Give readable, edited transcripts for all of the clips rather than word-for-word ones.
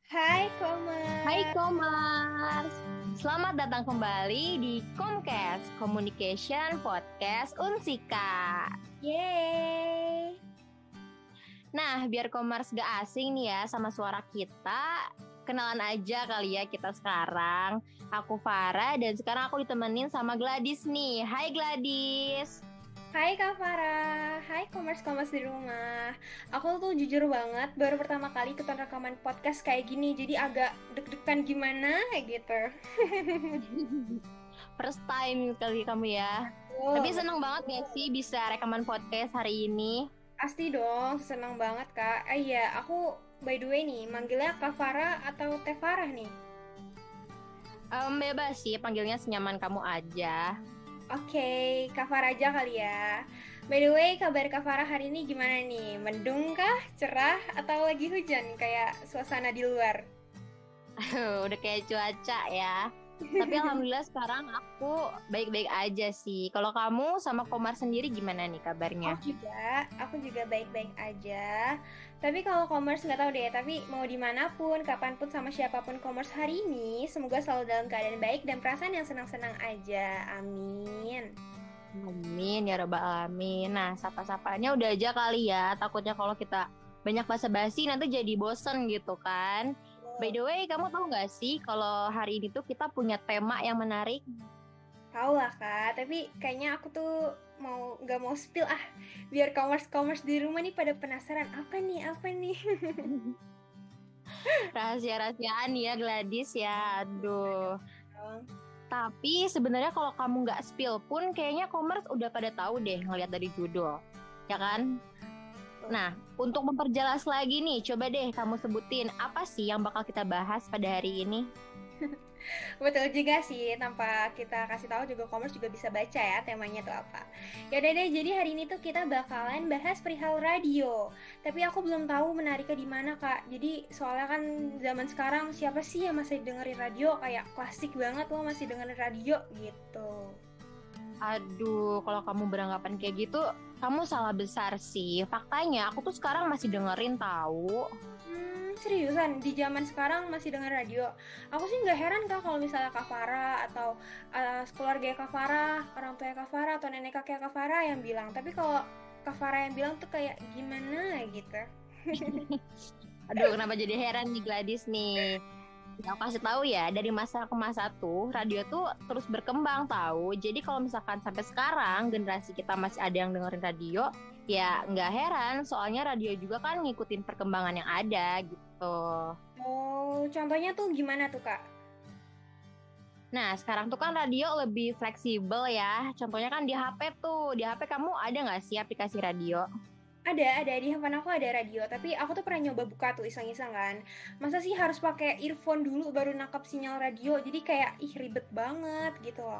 Hai Hai Komar. Komars, selamat datang kembali di Comcast Communication Podcast Unsika. Yeay. Nah, biar Komars gak asing nih ya sama suara kita, kenalan aja kali ya kita sekarang. Aku Farah dan sekarang aku ditemenin sama Gladys nih. Hai Gladys. Hai Kak Farah. Hai Komers-Komers di rumah. Aku tuh jujur banget baru pertama kali ikutan rekaman podcast kayak gini. Jadi agak deg-degan gimana gitu. First time kali kamu ya. Tapi Oh, seneng banget gak sih bisa rekaman podcast hari ini? pasti dong. Senang banget Kak. Iya, aku by the way nih, manggilnya Kak Farah atau Teh Farah nih? Bebas sih, panggilnya senyaman kamu aja. Oke, Kak Farah aja kali ya. By the way, kabar Kak Farah hari ini gimana nih? Mendung kah? Cerah? Atau lagi hujan kayak suasana di luar? Udah kayak cuaca ya. Tapi alhamdulillah sekarang aku baik-baik aja sih. Kalau kamu sama Komar sendiri gimana nih kabarnya? Aku juga baik-baik aja. Tapi kalau commerce nggak tahu deh, tapi mau dimanapun, kapanpun sama siapapun commerce hari ini, semoga selalu dalam keadaan baik dan perasaan yang senang-senang aja. Amin. Amin ya robbal alamin. Nah, sapa-sapanya udah aja kali ya. Takutnya kalau kita banyak basa-basi nanti jadi bosen gitu kan. By the way, kamu tahu nggak sih kalau hari ini tuh kita punya tema yang menarik? Tahu lah kak, tapi kayaknya aku tuh nggak mau spill ah, biar commerce-commerce di rumah nih pada penasaran apa nih. Rahasia-rahasiaan ya Gladys ya. Aduh. Tapi sebenarnya kalau kamu nggak spill pun kayaknya Commerce udah pada tahu deh ngelihat dari judul. Ya kan? Nah, untuk memperjelas lagi nih, coba deh kamu sebutin apa sih yang bakal kita bahas pada hari ini? Betul juga sih, tanpa kita kasih tahu juga commerce juga bisa baca ya temanya tuh apa. Ya udah deh, jadi hari ini tuh kita bakalan bahas perihal radio. Tapi aku belum tahu menariknya di mana kak. Jadi soalnya kan zaman sekarang siapa sih yang masih dengerin radio kayak klasik banget loh masih dengerin radio gitu. Aduh, kalau kamu beranggapan kayak gitu, kamu salah besar sih. Faktanya, aku tuh sekarang masih dengerin tahu. Seriusan di zaman sekarang masih denger radio. Aku sih nggak heran kak kalau misalnya Kak Farah atau keluarga Kak Farah, orang tua Kak Farah atau nenek kakek Kak Farah yang bilang. Tapi kalau Kak Farah yang bilang tuh kayak gimana gitu. Aduh, kenapa jadi heran nih Gladys nih? Ya, aku kasih tahu ya, dari masa ke masa tuh radio tuh terus berkembang tahu. Jadi kalau misalkan sampai sekarang generasi kita masih ada yang dengerin radio, ya nggak heran. Soalnya radio juga kan ngikutin perkembangan yang ada gitu. Oh, contohnya tuh gimana tuh kak? Nah, sekarang tuh kan radio lebih fleksibel ya. Contohnya kan di HP tuh. Di HP kamu ada nggak sih aplikasi radio? Ada di handphone aku ada radio, tapi aku tuh pernah nyoba buka tuh iseng-iseng kan. Masa sih harus pakai earphone dulu baru nangkap sinyal radio, jadi kayak ih ribet banget gitu loh.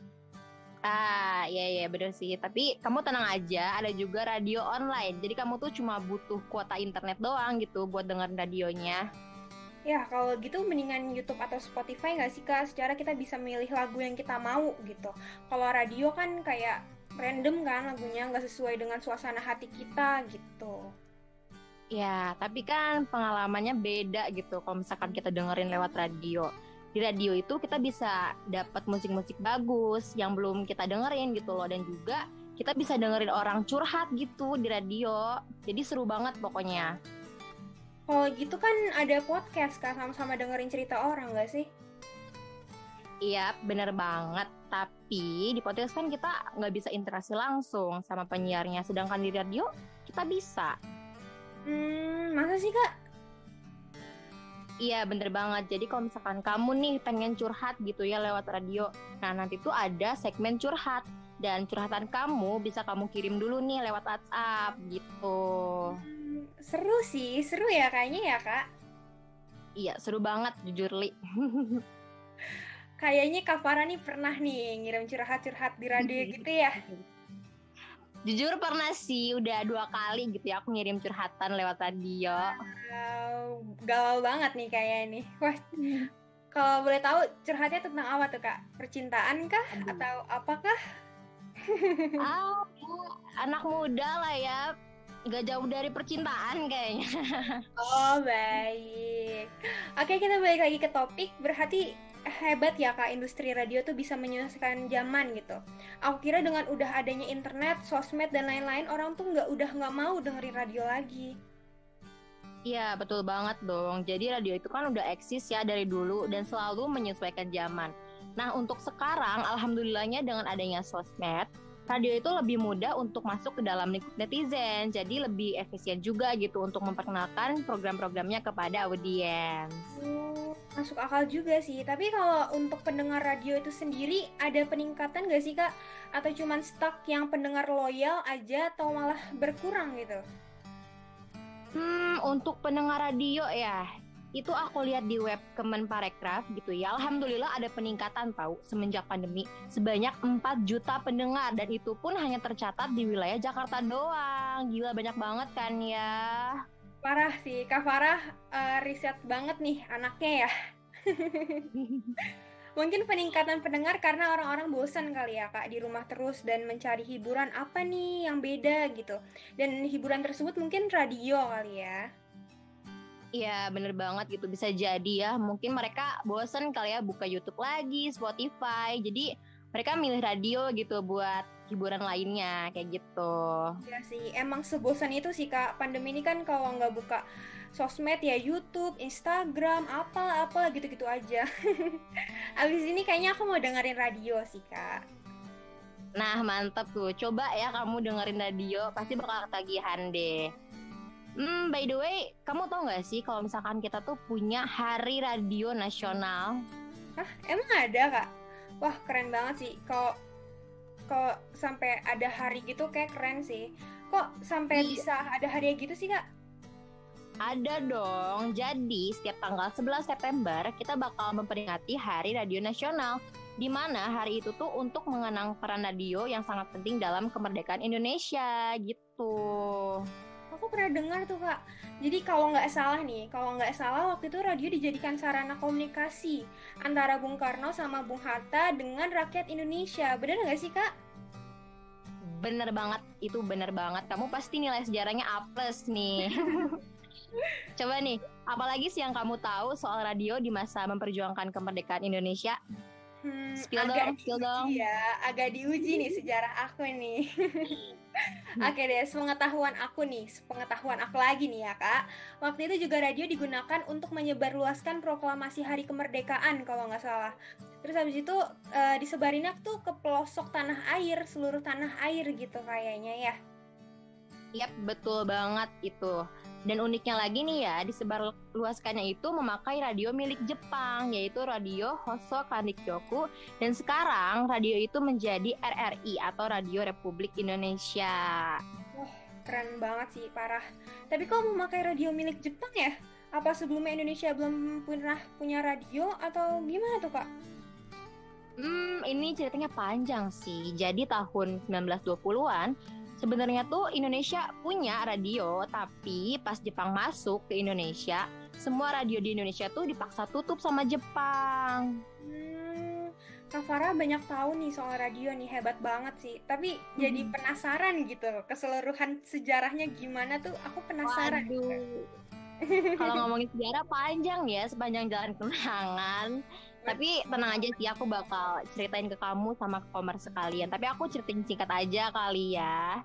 Ah, iya iya bener sih. Tapi kamu tenang aja, ada juga radio online. Jadi kamu tuh cuma butuh kuota internet doang gitu buat dengerin radionya. Ya, kalau gitu mendingan YouTube atau Spotify nggak sih, Kak? Secara kita bisa milih lagu yang kita mau gitu. Kalau radio kan kayak random kan lagunya, nggak sesuai dengan suasana hati kita gitu. Ya, tapi kan pengalamannya beda gitu kalau misalkan kita dengerin lewat radio. Di radio itu kita bisa dapat musik-musik bagus yang belum kita dengerin gitu loh, dan juga kita bisa dengerin orang curhat gitu di radio. Jadi seru banget pokoknya. Kalau gitu kan ada podcast, Kak, sama-sama dengerin cerita orang nggak sih? Iya, bener banget. Tapi di podcast kan kita nggak bisa interaksi langsung sama penyiarnya. Sedangkan di radio kita bisa. Masa sih, Kak? Iya, bener banget. Jadi kalau misalkan kamu nih pengen curhat gitu ya lewat radio, nah nanti tuh ada segmen curhat. Dan curhatan kamu bisa kamu kirim dulu nih lewat WhatsApp gitu. Seru sih, seru ya kayaknya ya, Kak. Iya, seru banget jujur, Li. Kayaknya Kak Farah nih pernah nih ngirim curhat-curhat di radio gitu ya. Jujur pernah sih, udah 2 kali gitu ya aku ngirim curhatan lewat radio. Galau banget nih kayaknya nih. Wah, kalau boleh tahu curhatnya tentang apa tuh Kak? Percintaan kah? Aduh. Atau apakah? Ah, anak muda lah ya, gak jauh dari percintaan kayaknya. Oh baik. Oke, kita balik lagi ke topik. Berarti hebat ya Kak, industri radio tuh bisa menyesuaikan zaman gitu. Aku kira dengan udah adanya internet, sosmed, dan lain-lain, orang tuh nggak mau dengerin radio lagi. Iya, betul banget dong. Jadi radio itu kan udah eksis ya dari dulu dan selalu menyesuaikan zaman. Nah, untuk sekarang, alhamdulillahnya dengan adanya sosmed, radio itu lebih mudah untuk masuk ke dalam lingkup netizen. Jadi lebih efisien juga gitu untuk memperkenalkan program-programnya kepada audiens. Masuk akal juga sih. Tapi kalau untuk pendengar radio itu sendiri, ada peningkatan nggak sih Kak? Atau cuman stuck yang pendengar loyal aja atau malah berkurang gitu? Untuk pendengar radio ya, itu aku lihat di web Kemenparekraf gitu ya. Alhamdulillah ada peningkatan tahu semenjak pandemi. Sebanyak 4 juta pendengar dan itu pun hanya tercatat di wilayah Jakarta doang. Gila banyak banget kan ya. Parah sih, Kak Farah riset banget nih anaknya ya. Mungkin peningkatan pendengar karena orang-orang bosan kali ya Kak di rumah terus dan mencari hiburan apa nih yang beda gitu. Dan hiburan tersebut mungkin radio kali ya. Iya bener banget gitu, bisa jadi ya. Mungkin mereka bosen kali ya buka YouTube lagi, Spotify. Jadi mereka milih radio gitu buat hiburan lainnya kayak gitu. Ya sih, emang sebosan itu sih Kak. Pandemi ini kan kalau nggak buka sosmed ya YouTube, Instagram, apa gitu-gitu aja. Abis ini kayaknya aku mau dengerin radio sih Kak. Nah mantep tuh, coba ya kamu dengerin radio, pasti bakal ketagihan deh. By the way, kamu tau gak sih kalau misalkan kita tuh punya Hari Radio Nasional? Hah, emang ada Kak? Wah keren banget sih. Kok sampai ada hari gitu kayak keren sih. Kok sampai bisa ada hari gitu sih Kak? Ada dong. Jadi setiap tanggal 11 September kita bakal memperingati Hari Radio Nasional, di mana hari itu tuh untuk mengenang peran radio yang sangat penting dalam kemerdekaan Indonesia gitu. Aku pernah dengar tuh Kak. Jadi kalau nggak salah waktu itu radio dijadikan sarana komunikasi antara Bung Karno sama Bung Hatta dengan rakyat Indonesia. Bener nggak sih Kak? Bener banget, itu bener banget. Kamu pasti nilai sejarahnya A+ nih. Coba nih, apalagi sih yang kamu tahu soal radio di masa memperjuangkan kemerdekaan Indonesia? Spill dong. Ya, agak diuji nih sejarah aku nih. Oke deh, sepengetahuan aku lagi nih ya Kak. Waktu itu juga radio digunakan untuk menyebarluaskan proklamasi Hari Kemerdekaan kalau nggak salah. Terus habis itu disebarinnya tuh ke pelosok tanah air, seluruh tanah air gitu kayaknya ya. Yap, betul banget itu. Dan uniknya lagi nih ya, disebarluaskannya itu memakai radio milik Jepang, yaitu Radio Hoso Kanrikyoku. Dan sekarang radio itu menjadi RRI atau Radio Republik Indonesia. Wah, keren banget sih, parah. Tapi kok memakai radio milik Jepang ya? Apa sebelumnya Indonesia belum pernah punya radio atau gimana tuh Kak? Ini ceritanya panjang sih. Jadi tahun 1920-an, sebenarnya tuh Indonesia punya radio, tapi pas Jepang masuk ke Indonesia, semua radio di Indonesia tuh dipaksa tutup sama Jepang. Kak Farah banyak tahu nih soal radio nih, hebat banget sih. Tapi jadi penasaran gitu, keseluruhan sejarahnya gimana tuh aku penasaran. Waduh. Kalau ngomongin sejarah panjang ya, sepanjang jalan kenangan. Tapi tenang aja sih, aku bakal ceritain ke kamu sama ke Komar sekalian. Tapi aku ceritain singkat aja kali ya.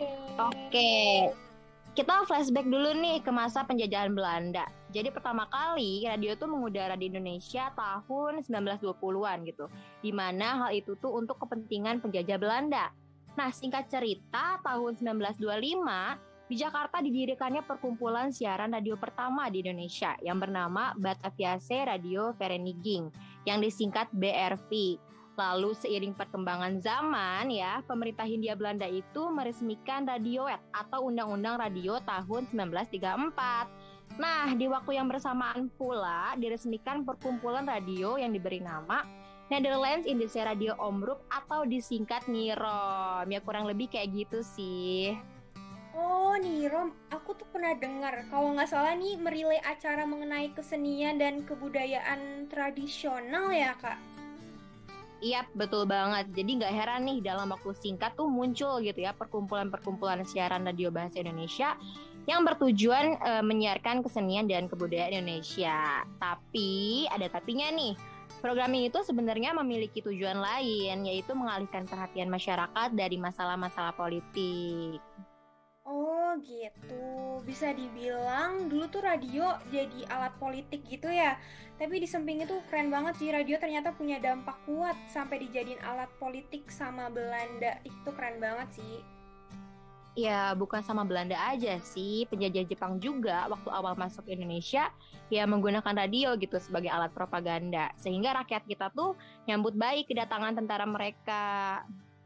Oke. Kita flashback dulu nih ke masa penjajahan Belanda. Jadi pertama kali radio tuh mengudara di Indonesia tahun 1920-an gitu. Dimana hal itu tuh untuk kepentingan penjajah Belanda. Nah singkat cerita, tahun 1925 di Jakarta didirikannya perkumpulan siaran radio pertama di Indonesia yang bernama Bataviase Radio Vereniging yang disingkat BRV. Lalu seiring perkembangan zaman ya, pemerintah Hindia Belanda itu meresmikan Radioet atau Undang-Undang Radio tahun 1934. Nah, di waktu yang bersamaan pula diresmikan perkumpulan radio yang diberi nama Netherlands Indische Radio Omroep atau disingkat NIROM. Ya kurang lebih kayak gitu sih. Oh, NIROM, aku tuh pernah dengar. Kalau nggak salah nih, merilai acara mengenai kesenian dan kebudayaan tradisional ya, Kak? Iya, betul banget. Jadi nggak heran nih dalam waktu singkat tuh muncul gitu ya perkumpulan-perkumpulan siaran radio bahasa Indonesia yang bertujuan menyiarkan kesenian dan kebudayaan Indonesia. Tapi ada tapinya nih. Program ini tuh sebenarnya memiliki tujuan lain, yaitu mengalihkan perhatian masyarakat dari masalah-masalah politik. Oh gitu, bisa dibilang dulu tuh radio jadi alat politik gitu ya. Tapi di samping itu keren banget sih, radio ternyata punya dampak kuat sampai dijadiin alat politik sama Belanda. Itu keren banget sih. Ya bukan sama Belanda aja sih, penjajah Jepang juga waktu awal masuk Indonesia ya menggunakan radio gitu sebagai alat propaganda. Sehingga rakyat kita tuh nyambut baik kedatangan tentara mereka.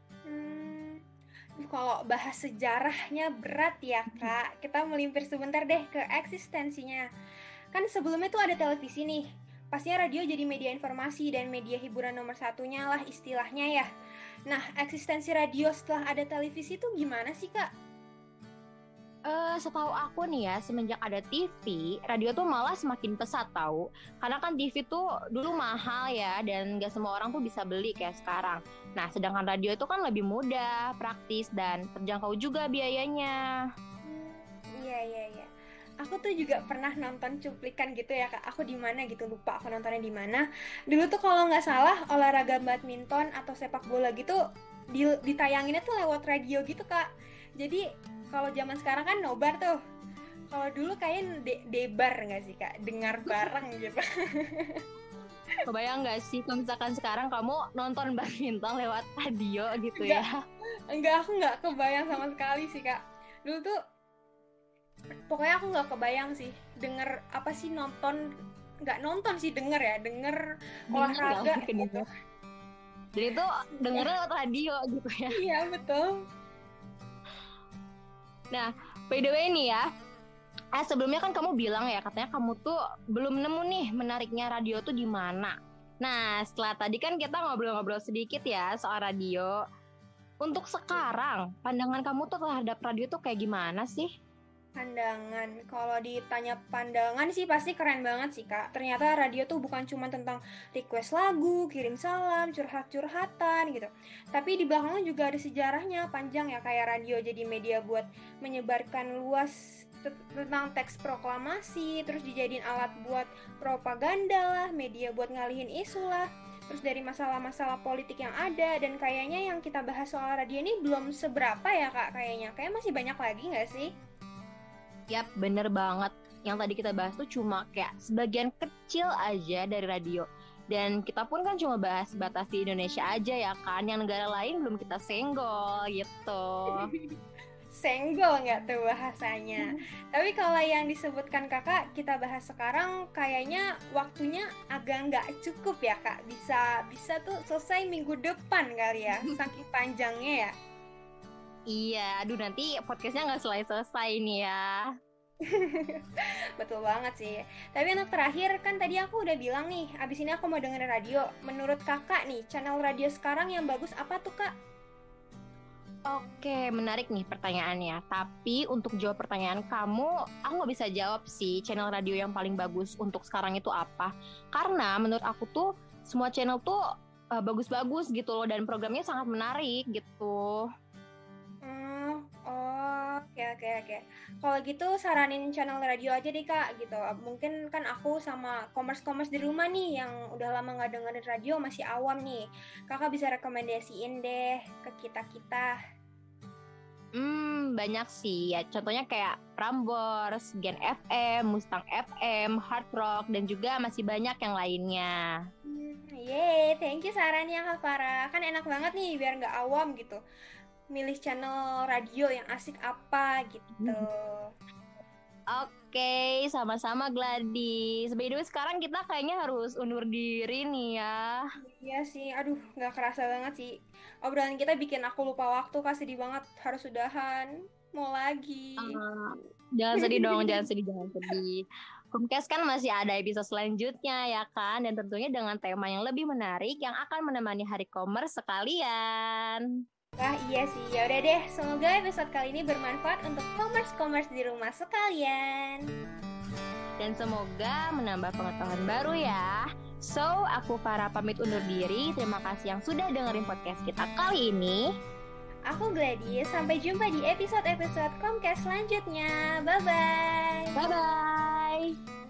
Kalau bahas sejarahnya berat ya Kak, kita melimpir sebentar deh ke eksistensinya. Kan sebelumnya tuh ada televisi nih, pastinya radio jadi media informasi dan media hiburan nomor satunya lah istilahnya ya. Nah, eksistensi radio setelah ada televisi tuh gimana sih Kak? Setahu aku nih ya, semenjak ada TV, radio tuh malah semakin pesat tahu. Karena kan TV tuh dulu mahal ya, dan gak semua orang tuh bisa beli kayak sekarang. Nah, sedangkan radio itu kan lebih mudah, praktis, dan terjangkau juga biayanya. Iya. Aku tuh juga pernah nonton cuplikan gitu ya Kak. Aku di mana gitu, lupa aku nontonnya di mana. Dulu tuh kalau nggak salah olahraga badminton atau sepak bola gitu ditayanginnya tuh lewat radio gitu Kak. Jadi kalau zaman sekarang kan nobar tuh. Kalau dulu kayaknya debar nggak sih Kak? Dengar bareng gitu. Kebayang nggak sih kalau misalkan sekarang kamu nonton badminton lewat radio gitu ya? Enggak, aku nggak kebayang sama sekali sih Kak. Dulu tuh pokoknya aku nggak kebayang sih denger apa sih nggak nonton sih denger olahraga gitu. Jadi itu dengernya lewat radio gitu ya. Iya betul. Nah, by the way nih ya, sebelumnya kan kamu bilang ya katanya kamu tuh belum nemu nih menariknya radio tuh di mana. Nah, setelah tadi kan kita ngobrol-ngobrol sedikit ya soal radio. Untuk sekarang, pandangan kamu tuh terhadap radio tuh kayak gimana sih? Pandangan, kalau ditanya pandangan sih pasti keren banget sih Kak. Ternyata radio tuh bukan cuma tentang request lagu, kirim salam, curhat-curhatan gitu. Tapi di belakangnya juga ada sejarahnya panjang ya, kayak radio jadi media buat menyebarkan luas tentang teks proklamasi, terus dijadiin alat buat propaganda lah, media buat ngalihin isu lah. Terus dari masalah-masalah politik yang ada, dan kayaknya yang kita bahas soal radio ini belum seberapa ya Kak kayaknya. Kayak masih banyak lagi nggak sih? Yap, bener banget. Yang tadi kita bahas tuh cuma kayak sebagian kecil aja dari radio. Dan kita pun kan cuma bahas batas di Indonesia aja ya kan. Yang negara lain belum kita senggol gitu. Senggol nggak tuh bahasanya. Tapi kalau yang disebutkan kakak kita bahas sekarang, kayaknya waktunya agak nggak cukup ya Kak. Bisa tuh selesai minggu depan kali ya, saking panjangnya ya. Iya, aduh nanti podcastnya nggak selesai nih ya. Betul banget sih. Tapi untuk terakhir kan tadi aku udah bilang nih, abis ini aku mau dengerin radio. Menurut kakak nih, channel radio sekarang yang bagus apa tuh Kak? Oke, menarik nih pertanyaannya. Tapi untuk jawab pertanyaan kamu, aku nggak bisa jawab sih channel radio yang paling bagus untuk sekarang itu apa. Karena menurut aku tuh semua channel tuh bagus-bagus gitu loh, dan programnya sangat menarik gitu. Oke. Kalau gitu saranin channel radio aja deh Kak gitu. Mungkin kan aku sama commerce di rumah nih yang udah lama nggak dengerin radio, masih awam nih. Kakak bisa rekomendasiin deh ke kita. Banyak sih ya. Contohnya kayak Prambors, Gen FM, Mustang FM, Hard Rock, dan juga masih banyak yang lainnya. Yeay, thank you sarannya Kak Farah. Kan enak banget nih biar nggak awam gitu. Milih channel radio yang asik apa gitu. Oke, sama-sama Gladys. By the way, sekarang kita kayaknya harus undur diri nih ya. Iya sih, aduh nggak kerasa banget sih. Obrolan kita bikin aku lupa waktu, Kak, sedih banget. Harus udahan, mau lagi. Jangan sedih dong, jangan sedih. Comcast kan masih ada episode selanjutnya ya kan, dan tentunya dengan tema yang lebih menarik yang akan menemani Hari Commerce sekalian. Wah iya sih, ya udah deh. Semoga episode kali ini bermanfaat untuk commerce di rumah sekalian. Dan semoga menambah pengetahuan baru ya. So, aku Farah pamit undur diri. Terima kasih yang sudah dengerin podcast kita kali ini. Aku Gladys, sampai jumpa di episode-episode Comcast selanjutnya. Bye-bye. Bye-bye.